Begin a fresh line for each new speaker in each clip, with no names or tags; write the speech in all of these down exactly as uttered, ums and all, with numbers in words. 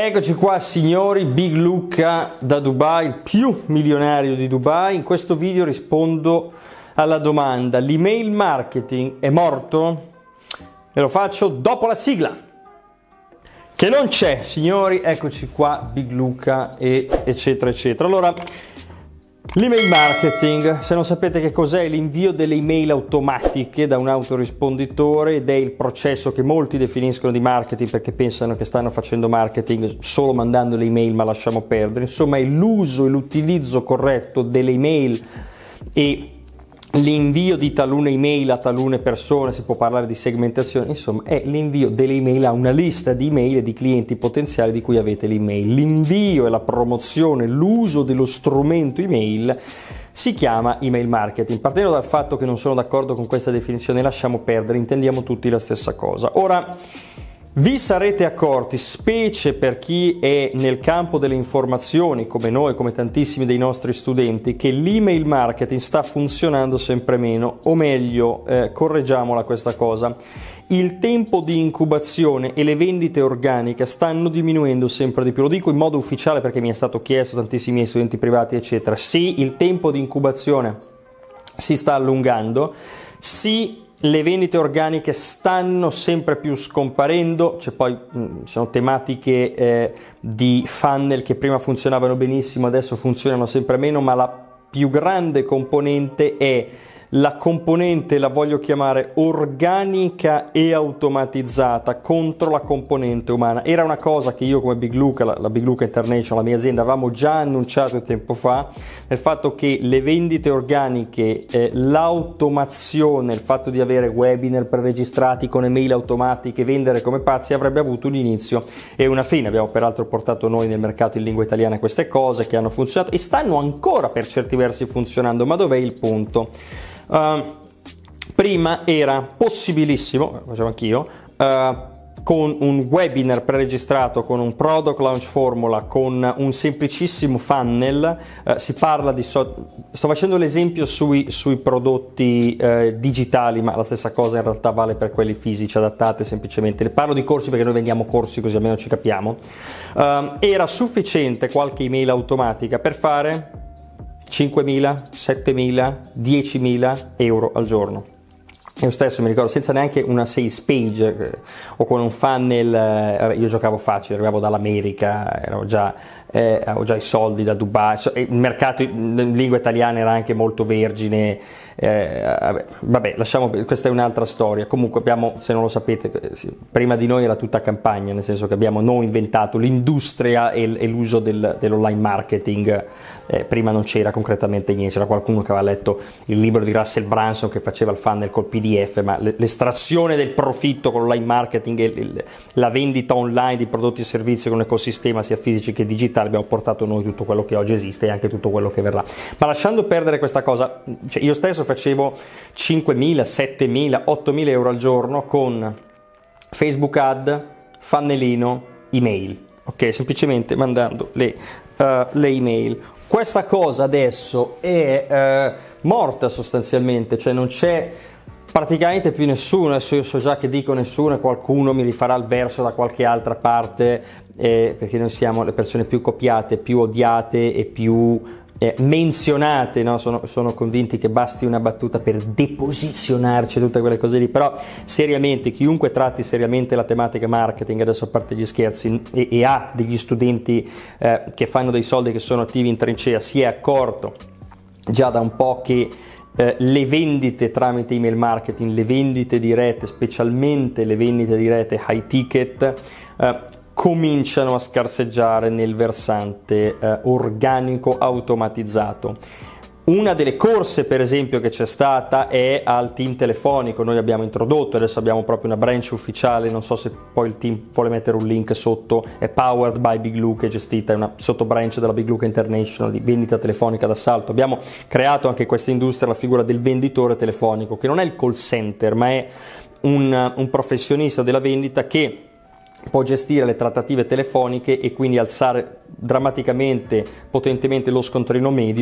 Eccoci qua signori, Big Luca da Dubai, il più milionario di Dubai. In questo video rispondo alla domanda: l'email marketing è morto? E lo faccio dopo la sigla, che non c'è, signori. Eccoci qua, Big Luca e eccetera eccetera. Allora, l'email marketing, se non sapete che cos'è, è l'invio delle email automatiche da un autorisponditore ed è il processo che molti definiscono di marketing perché pensano che stanno facendo marketing solo mandando le email, ma lasciamo perdere. Insomma, è l'uso e l'utilizzo corretto delle email e l'invio di talune email a talune persone. Si può parlare di segmentazione, insomma è l'invio delle email a una lista di email e di clienti potenziali di cui avete l'email. L'invio e la promozione, l'uso dello strumento email si chiama email marketing. Partendo dal fatto che non sono d'accordo con questa definizione, lasciamo perdere, intendiamo tutti la stessa cosa. Ora, vi sarete accorti, specie per chi è nel campo delle informazioni come noi, come tantissimi dei nostri studenti, che l'email marketing sta funzionando sempre meno, o meglio, eh, correggiamola questa cosa, il tempo di incubazione e le vendite organiche stanno diminuendo sempre di più. Lo dico in modo ufficiale perché mi è stato chiesto, tantissimi miei studenti privati eccetera. Sì, il tempo di incubazione si sta allungando, sì, le vendite organiche stanno sempre più scomparendo. C'è poi mh, ci sono tematiche eh, di funnel che prima funzionavano benissimo, adesso funzionano sempre meno, ma la più grande componente è la componente, la voglio chiamare organica e automatizzata, contro la componente umana. Era una cosa che io come Big Luca, la, la Big Luca International, la mia azienda, avevamo già annunciato tempo fa, nel fatto che le vendite organiche, eh, l'automazione, il fatto di avere webinar preregistrati con email automatiche, vendere come pazzi, avrebbe avuto un inizio e una fine. Abbiamo peraltro portato noi nel mercato in lingua italiana queste cose che hanno funzionato e stanno ancora per certi versi funzionando, ma dov'è il punto? Uh, prima era possibilissimo, lo facevo anch'io, uh, con un webinar preregistrato, con un product launch formula, con un semplicissimo funnel, uh, si parla di so- sto facendo l'esempio sui, sui prodotti uh, digitali, ma la stessa cosa in realtà vale per quelli fisici, adattate semplicemente. Ne parlo di corsi perché noi vendiamo corsi così almeno ci capiamo. Uh, era sufficiente qualche email automatica per fare cinquemila, settemila, diecimila euro al giorno. Io stesso mi ricordo, senza neanche una sales page eh, o con un funnel, eh, io giocavo facile, arrivavo dall'America, ero già, eh, avevo già i soldi da Dubai, il mercato in lingua italiana era anche molto vergine, eh, vabbè, vabbè, lasciamo, questa è un'altra storia. Comunque abbiamo, se non lo sapete, prima di noi era tutta campagna, nel senso che abbiamo noi inventato l'industria e, e l'uso del, dell'online marketing. Eh, prima non c'era concretamente niente, c'era qualcuno che aveva letto il libro di Russell Brunson che faceva il funnel col P D F, ma l'estrazione del profitto con l'online marketing e la vendita online di prodotti e servizi con un ecosistema sia fisici che digitali, abbiamo portato noi tutto quello che oggi esiste e anche tutto quello che verrà. Ma lasciando perdere questa cosa, cioè io stesso facevo cinquemila, settemila, ottomila euro al giorno con Facebook ad, funnelino, email, ok? Semplicemente mandando le, uh, le email. Questa cosa adesso è eh, morta sostanzialmente, cioè non c'è praticamente più nessuno. Adesso io so già che dico nessuno e qualcuno mi rifarà il verso da qualche altra parte, eh, perché noi siamo le persone più copiate, più odiate e più eh, menzionate, no? Sono, sono convinti che basti una battuta per deposizionarci tutte quelle cose lì, però seriamente chiunque tratti seriamente la tematica marketing, adesso a parte gli scherzi, e, e ha degli studenti eh, che fanno dei soldi, che sono attivi in trincea, si è accorto già da un po' che eh, le vendite tramite email marketing, le vendite dirette, specialmente le vendite dirette high ticket, eh, cominciano a scarseggiare nel versante eh, organico automatizzato. Una delle corse, per esempio, che c'è stata è al team telefonico. Noi abbiamo introdotto, adesso abbiamo proprio una branch ufficiale, non so se poi il team vuole mettere un link sotto, è Powered by Big Luca, è gestita, è una sotto branch della Big Luca International di vendita telefonica d'assalto. Abbiamo creato anche questa industria, la figura del venditore telefonico, che non è il call center, ma è un, un professionista della vendita che può gestire le trattative telefoniche e quindi alzare drammaticamente, potentemente lo scontrino medio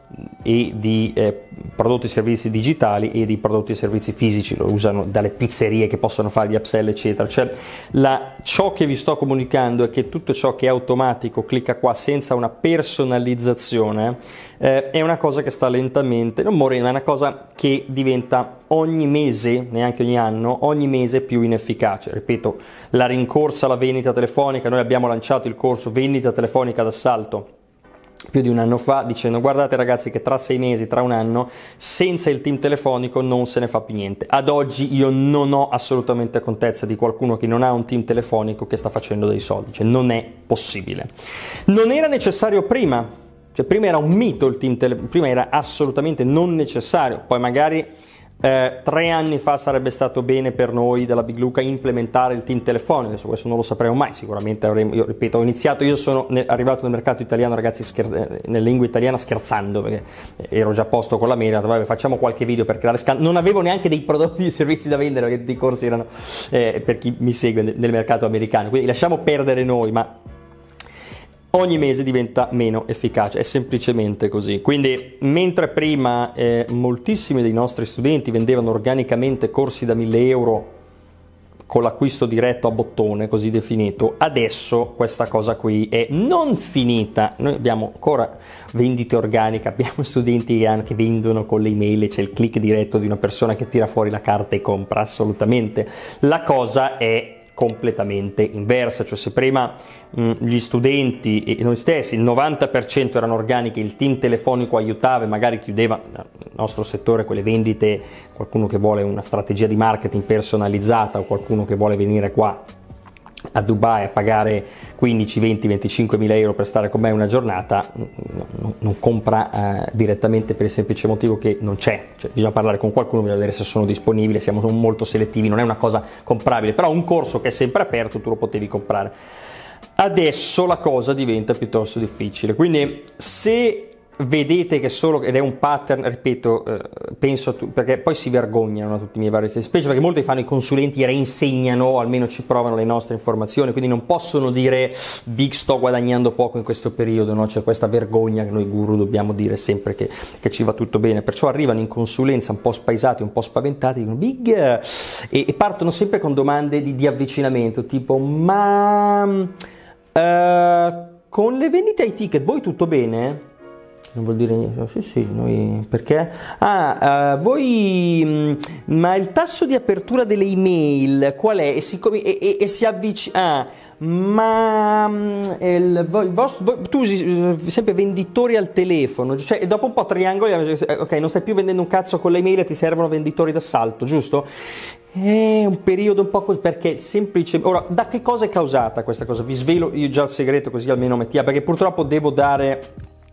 e di eh, prodotti e servizi digitali e di prodotti e servizi fisici, lo usano dalle pizzerie che possono fare gli upsell eccetera. Cioè la, ciò che vi sto comunicando è che tutto ciò che è automatico, clicca qua senza una personalizzazione, eh, è una cosa che sta lentamente non morendo, è una cosa che diventa ogni mese, neanche ogni anno, ogni mese più inefficace. Ripeto, la rincorsa alla vendita telefonica, noi abbiamo lanciato il corso vendita telefonica d'assalto più di un anno fa, dicendo guardate ragazzi che tra sei mesi, tra un anno, senza il team telefonico non se ne fa più niente. Ad oggi io non ho assolutamente contezza di qualcuno che non ha un team telefonico che sta facendo dei soldi, cioè non è possibile. Non era necessario prima, cioè prima era un mito il team telefonico, prima era assolutamente non necessario, poi magari Eh, tre anni fa sarebbe stato bene per noi della Big Luca implementare il team telefonico, adesso questo non lo sapremo mai, sicuramente avremo, io ripeto, ho iniziato, io sono ne, arrivato nel mercato italiano ragazzi scher- nella lingua italiana scherzando, perché ero già a posto con la media, vabbè, facciamo qualche video per creare scandalo, non avevo neanche dei prodotti e servizi da vendere, perché i corsi erano eh, per chi mi segue nel, nel mercato americano, quindi lasciamo perdere noi, ma ogni mese diventa meno efficace, è semplicemente così. Quindi mentre prima eh, moltissimi dei nostri studenti vendevano organicamente corsi da mille euro con l'acquisto diretto a bottone, così definito, adesso questa cosa qui è non finita. Noi abbiamo ancora vendite organiche, abbiamo studenti che, hanno, che vendono con le email, c'è il click diretto di una persona che tira fuori la carta e compra, assolutamente. La cosa è completamente inversa, cioè se prima mh, gli studenti e noi stessi il novanta per cento erano organiche, il team telefonico aiutava e magari chiudeva nel nostro settore quelle vendite, qualcuno che vuole una strategia di marketing personalizzata o qualcuno che vuole venire qua a Dubai a pagare quindici, venti, venticinque mila euro per stare con me una giornata, non, non compra eh, direttamente per il semplice motivo che non c'è, cioè, bisogna parlare con qualcuno, bisogna vedere se sono disponibili, siamo molto selettivi, non è una cosa comprabile, però un corso che è sempre aperto tu lo potevi comprare. Adesso la cosa diventa piuttosto difficile, quindi se vedete che solo, ed è un pattern, ripeto, eh, penso a tu, perché poi si vergognano tutti i miei vari specie, perché molti fanno i consulenti, reinsegnano o almeno ci provano le nostre informazioni, quindi non possono dire Big sto guadagnando poco in questo periodo, no? C'è questa vergogna che noi guru dobbiamo dire sempre che, che ci va tutto bene, perciò arrivano in consulenza un po' spaesati, un po' spaventati, dicono Big e, e partono sempre con domande di, di avvicinamento tipo ma uh, con le vendite ai ticket voi tutto bene? Non vuol dire niente, sì sì, noi perché? Ah, uh, voi, mh, ma il tasso di apertura delle email qual è? E si, e, e, e si avvicina, ah, ma mh, il, il vostro, voi, tu usi uh, sempre venditori al telefono, cioè e dopo un po' triangoli, ok, non stai più vendendo un cazzo con le email e ti servono venditori d'assalto, giusto? È un periodo un po' così, perché semplicemente, ora, da che cosa è causata questa cosa? Vi svelo io già il segreto così almeno mettiamo, perché purtroppo devo dare...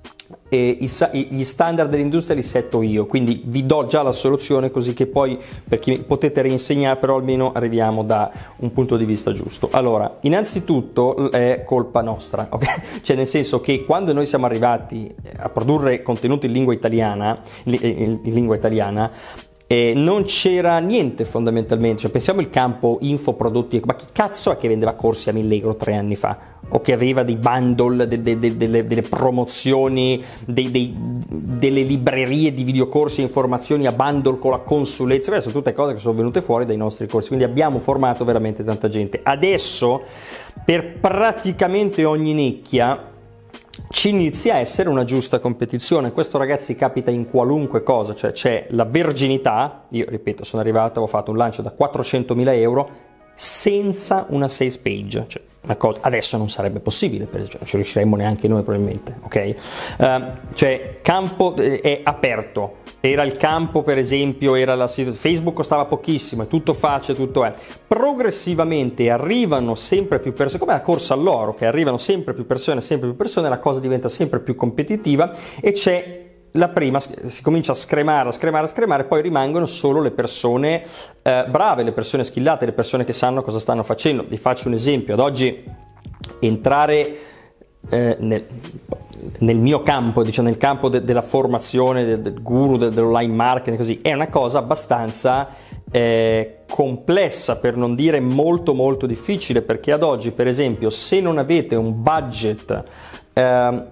E gli standard dell'industria li setto io, quindi vi do già la soluzione così che poi per chi potete reinsegnare, però almeno arriviamo da un punto di vista giusto. Allora, innanzitutto è colpa nostra, okay? Cioè nel senso che quando noi siamo arrivati a produrre contenuti in lingua italiana, in lingua italiana Eh, non c'era niente fondamentalmente, cioè pensiamo il campo infoprodotti, ma chi cazzo è che vendeva corsi a mille euro tre anni fa? O che aveva dei bundle, de, de, de, delle, delle promozioni, dei, dei, delle librerie di videocorsi e informazioni a bundle con la consulenza, queste sono tutte cose che sono venute fuori dai nostri corsi, quindi abbiamo formato veramente tanta gente. Adesso per praticamente ogni nicchia ci inizia a essere una giusta competizione. Questo ragazzi capita in qualunque cosa, cioè c'è la verginità. Io ripeto, sono arrivato, ho fatto un lancio da quattrocentomila euro senza una sales page, cioè una cosa adesso non sarebbe possibile, per esempio non ci riusciremmo neanche noi probabilmente, ok? Uh, cioè campo è aperto, era il campo per esempio, era la Facebook costava pochissimo, è tutto facile, tutto è. Progressivamente arrivano sempre più persone, come la corsa all'oro, che arrivano sempre più persone, sempre più persone, la cosa diventa sempre più competitiva e c'è la prima, si comincia a scremare, a scremare, a scremare, poi rimangono solo le persone eh, brave, le persone skillate, le persone che sanno cosa stanno facendo. Vi faccio un esempio, ad oggi entrare eh, nel, nel mio campo, diciamo nel campo de, della formazione, del, del guru, del, dell'online marketing, così, è una cosa abbastanza eh, complessa, per non dire molto molto difficile, perché ad oggi per esempio se non avete un budget eh,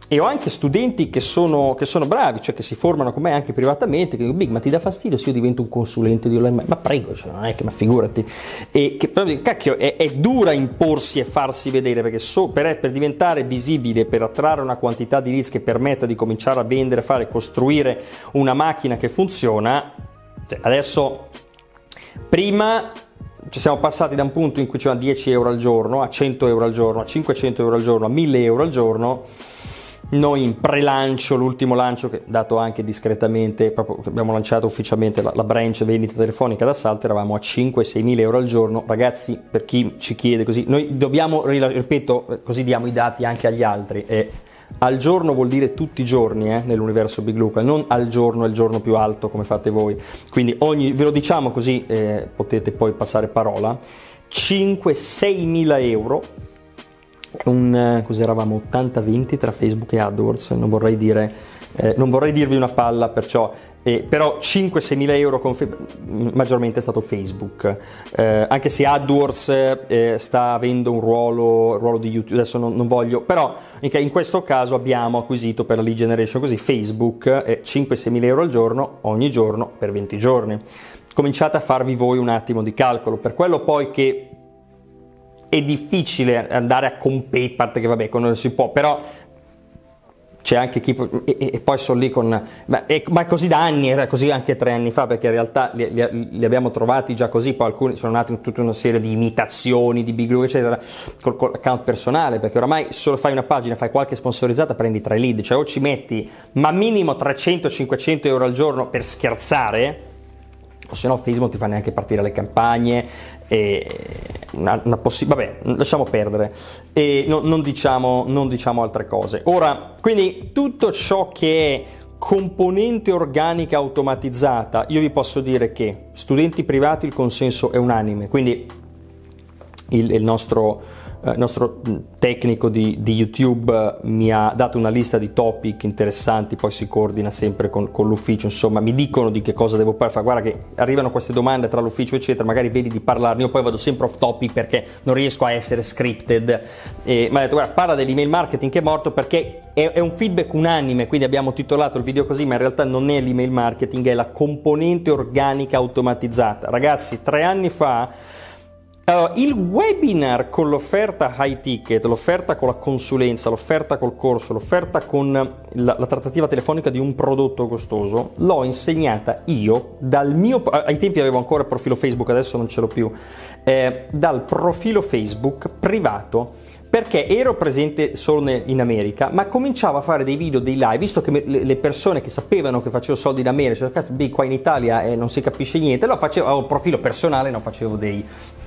e ho anche studenti che sono, che sono bravi, cioè che si formano con me anche privatamente, che dico, Big, ma ti dà fastidio se io divento un consulente di online? Ma prego, cioè, non è che, ma figurati. E che, però, cacchio, è, è dura imporsi e farsi vedere, perché so, per, per diventare visibile, per attrarre una quantità di leads che permetta di cominciare a vendere, fare, costruire una macchina che funziona, cioè, adesso, prima ci siamo passati da un punto in cui c'erano dieci euro al giorno, a cento euro al giorno, a cinquecento euro al giorno, a mille euro al giorno. Noi in pre-lancio, l'ultimo lancio che dato anche discretamente, proprio abbiamo lanciato ufficialmente la, la branch vendita telefonica d'assalto, eravamo a cinque sei mila euro al giorno. Ragazzi, per chi ci chiede così, noi dobbiamo, ripeto, così diamo i dati anche agli altri, e al giorno vuol dire tutti i giorni eh, nell'universo Big Luca, non al giorno è il giorno più alto come fate voi, quindi ogni, ve lo diciamo così eh, potete poi passare parola, cinque sei mila euro. Un, così eravamo ottanta venti tra Facebook e AdWords, non vorrei dire eh, non vorrei dirvi una palla, perciò eh, però cinque sei mila euro con fe- maggiormente è stato Facebook, eh, anche se AdWords eh, sta avendo un ruolo, ruolo di YouTube, adesso non, non voglio, però in questo caso abbiamo acquisito per la lead generation così Facebook eh, cinque sei mila euro al giorno ogni giorno per venti giorni. Cominciate a farvi voi un attimo di calcolo, per quello poi che è difficile andare a competere, a parte che vabbè, non si può, però c'è anche chi, e, e poi sono lì con, ma è, ma è così da anni, era così anche tre anni fa, perché in realtà li, li, li abbiamo trovati già così, poi alcuni sono nati in tutta una serie di imitazioni, di Big Luca eccetera, col, col account personale, perché oramai solo fai una pagina, fai qualche sponsorizzata, prendi tre lead, cioè o ci metti ma minimo trecento cinquecento euro al giorno per scherzare, o se no Facebook ti fa neanche partire le campagne, e una, una possi- vabbè, lasciamo perdere, e no, non, diciamo, non diciamo altre cose. Ora, quindi tutto ciò che è componente organica automatizzata, io vi posso dire che studenti privati il consenso è unanime, quindi il, il nostro il nostro tecnico di, di YouTube mi ha dato una lista di topic interessanti, poi si coordina sempre con, con l'ufficio, insomma mi dicono di che cosa devo fare, guarda che arrivano queste domande tra l'ufficio eccetera, magari vedi di parlarne, io poi vado sempre off topic perché non riesco a essere scripted, e mi ha detto guarda parla dell'email marketing che è morto, perché è, è un feedback unanime, quindi abbiamo titolato il video così, ma in realtà non è l'email marketing, è la componente organica automatizzata. Ragazzi, tre anni fa Uh, il webinar con l'offerta high ticket, l'offerta con la consulenza, l'offerta col corso, l'offerta con la, la trattativa telefonica di un prodotto costoso, l'ho insegnata io dal mio, ai tempi avevo ancora il profilo Facebook, adesso non ce l'ho più, eh, dal profilo Facebook privato, perché ero presente solo in America, ma cominciavo a fare dei video, dei live, visto che le persone che sapevano che facevo soldi in America, cioè, cazzo, beh, qua in Italia eh, non si capisce niente, allora facevo, avevo un profilo personale, non facevo dei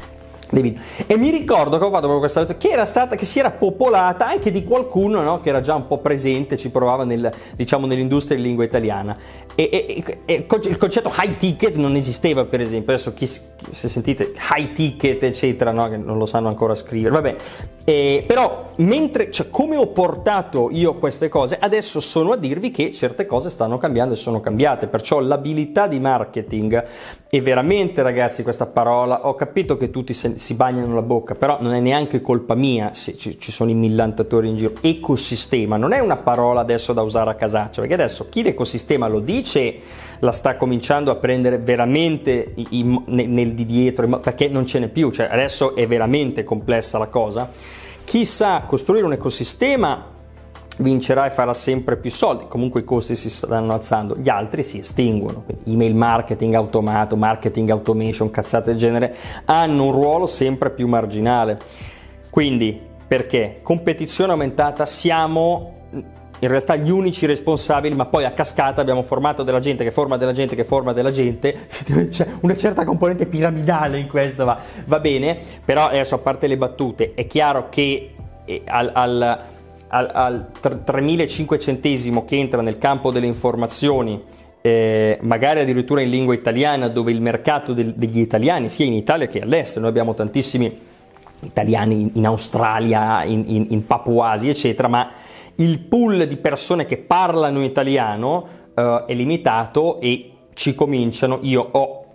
e mi ricordo che ho fatto proprio questa cosa che era stata, che si era popolata anche di qualcuno, no? Che era già un po' presente, ci provava nel, diciamo, nell'industria di lingua italiana, e, e, e il concetto high ticket non esisteva, per esempio. Adesso chi, se sentite high ticket eccetera, no? Che non lo sanno ancora scrivere, vabbè, e, però mentre, cioè, come ho portato io queste cose, adesso sono a dirvi che certe cose stanno cambiando e sono cambiate, perciò l'abilità di marketing è veramente, ragazzi, questa parola, ho capito che tutti se, si bagnano la bocca, però non è neanche colpa mia se ci, ci sono i millantatori in giro. Ecosistema non è una parola adesso da usare a casaccio, perché adesso chi l'ecosistema lo dice la sta cominciando a prendere veramente i, i, nel di dietro, perché non ce n'è più, cioè adesso è veramente complessa la cosa. Chi sa costruire un ecosistema vincerà e farà sempre più soldi, comunque i costi si stanno alzando, gli altri si estinguono. Quindi email marketing automato, marketing automation, cazzate del genere, hanno un ruolo sempre più marginale. Quindi perché? Competizione aumentata, siamo in realtà gli unici responsabili, ma poi a cascata abbiamo formato della gente che forma della gente che forma della gente, c'è una certa componente piramidale in questo, va, va bene, però adesso a parte le battute, è chiaro che al, al al, al tremilacinquecento che entra nel campo delle informazioni, eh, magari addirittura in lingua italiana, dove il mercato del, degli italiani sia in Italia che all'estero, noi abbiamo tantissimi italiani in, in Australia, in, in, in Papuasi eccetera, ma il pool di persone che parlano italiano eh, è limitato, e ci cominciano, io ho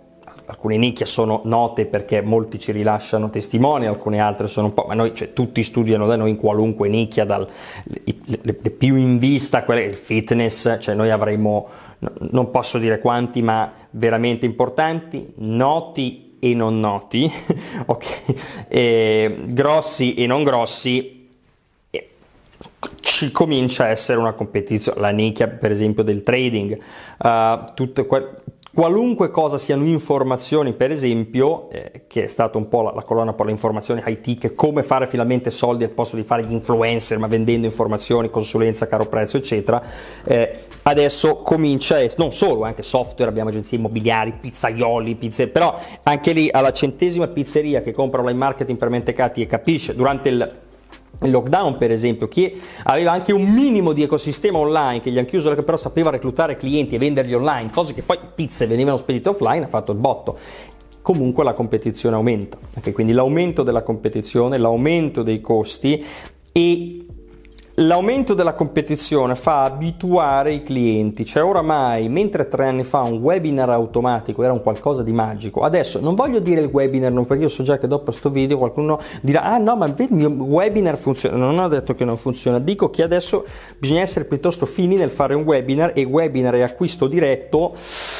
alcune nicchie sono note perché molti ci rilasciano testimoni, alcune altre sono un po', ma noi, cioè, tutti studiano da noi in qualunque nicchia, dal le, le, le più in vista, quelle il fitness, cioè noi avremo, non posso dire quanti, ma veramente importanti, noti e non noti, ok, e grossi e non grossi. E ci comincia a essere una competizione, la nicchia per esempio del trading, uh, tutte que- qualunque cosa siano informazioni, per esempio, eh, che è stata un po' la, la colonna per le informazioni I T, che come fare finalmente soldi al posto di fare gli influencer, ma vendendo informazioni, consulenza, caro prezzo, eccetera, eh, adesso comincia a essere, non solo, anche software, abbiamo agenzie immobiliari, pizzaioli, pizze, però anche lì alla centesima pizzeria che compra online marketing per mentecati e capisce, durante il il lockdown per esempio, chi aveva anche un minimo di ecosistema online, che gli hanno chiuso, che però sapeva reclutare clienti e venderli online, cose che poi pizze venivano spedite offline, ha fatto il botto. Comunque la competizione aumenta, okay? Quindi l'aumento della competizione, l'aumento dei costi e l'aumento della competizione fa abituare i clienti, cioè oramai, mentre tre anni fa un webinar automatico era un qualcosa di magico, adesso non voglio dire il webinar, non, perché io so già che dopo sto video qualcuno dirà ah no, ma il mio webinar funziona, non ho detto che non funziona, dico che adesso bisogna essere piuttosto fini nel fare un webinar, e webinar e acquisto diretto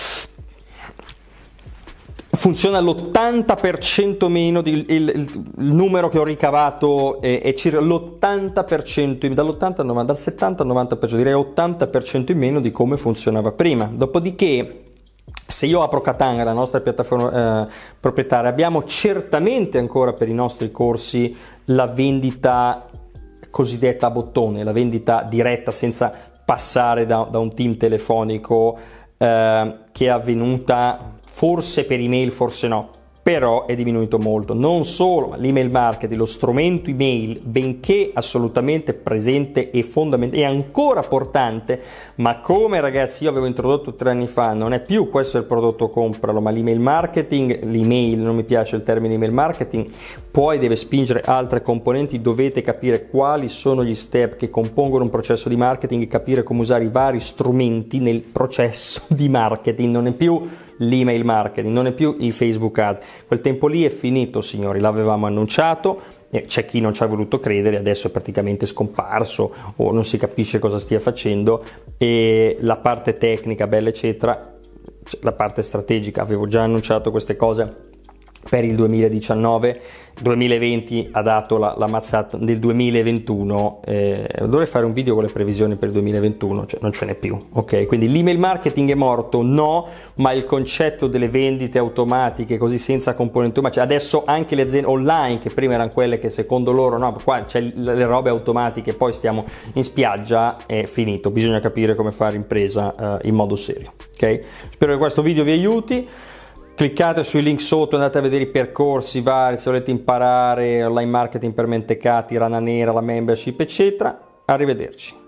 funziona all'ottanta per cento meno di, il, il, il numero che ho ricavato è, è circa l'ottanta per cento, dall'ottanta al novanta, dal settanta al novanta per cento, direi ottanta per cento in meno di come funzionava prima. Dopodiché, se io apro Katanga, la nostra piattaforma eh, proprietaria, abbiamo certamente ancora per i nostri corsi la vendita cosiddetta a bottone, la vendita diretta senza passare da, da un team telefonico eh, che è avvenuta forse per email, forse no, però è diminuito molto. Non solo, ma l'email marketing, lo strumento email, benché assolutamente presente e fondamentale, è ancora portante, ma come ragazzi io avevo introdotto tre anni fa, non è più questo il prodotto compralo, ma l'email marketing, l'email, non mi piace il termine email marketing, poi deve spingere altre componenti, dovete capire quali sono gli step che compongono un processo di marketing e capire come usare i vari strumenti nel processo di marketing, non è più l'email marketing, non è più i Facebook ads, quel tempo lì è finito signori, l'avevamo annunciato, e c'è chi non ci ha voluto credere, adesso è praticamente scomparso o non si capisce cosa stia facendo, e la parte tecnica bella eccetera, la parte strategica, avevo già annunciato queste cose per il duemiladiciannove, duemilaventi ha dato la, la mazzata del duemilaventuno, eh, dovrei fare un video con le previsioni per il duemilaventuno, cioè non ce n'è più, ok? Quindi l'email marketing è morto, no, ma il concetto delle vendite automatiche così senza componenti umane, cioè adesso anche le aziende online, che prima erano quelle che secondo loro, no, qua c'è le robe automatiche, poi stiamo in spiaggia, è finito, bisogna capire come fare impresa eh, in modo serio, ok? Spero che questo video vi aiuti. Cliccate sui link sotto, andate a vedere i percorsi vari, se volete imparare online marketing per mentecati, rana nera, la membership, eccetera. Arrivederci.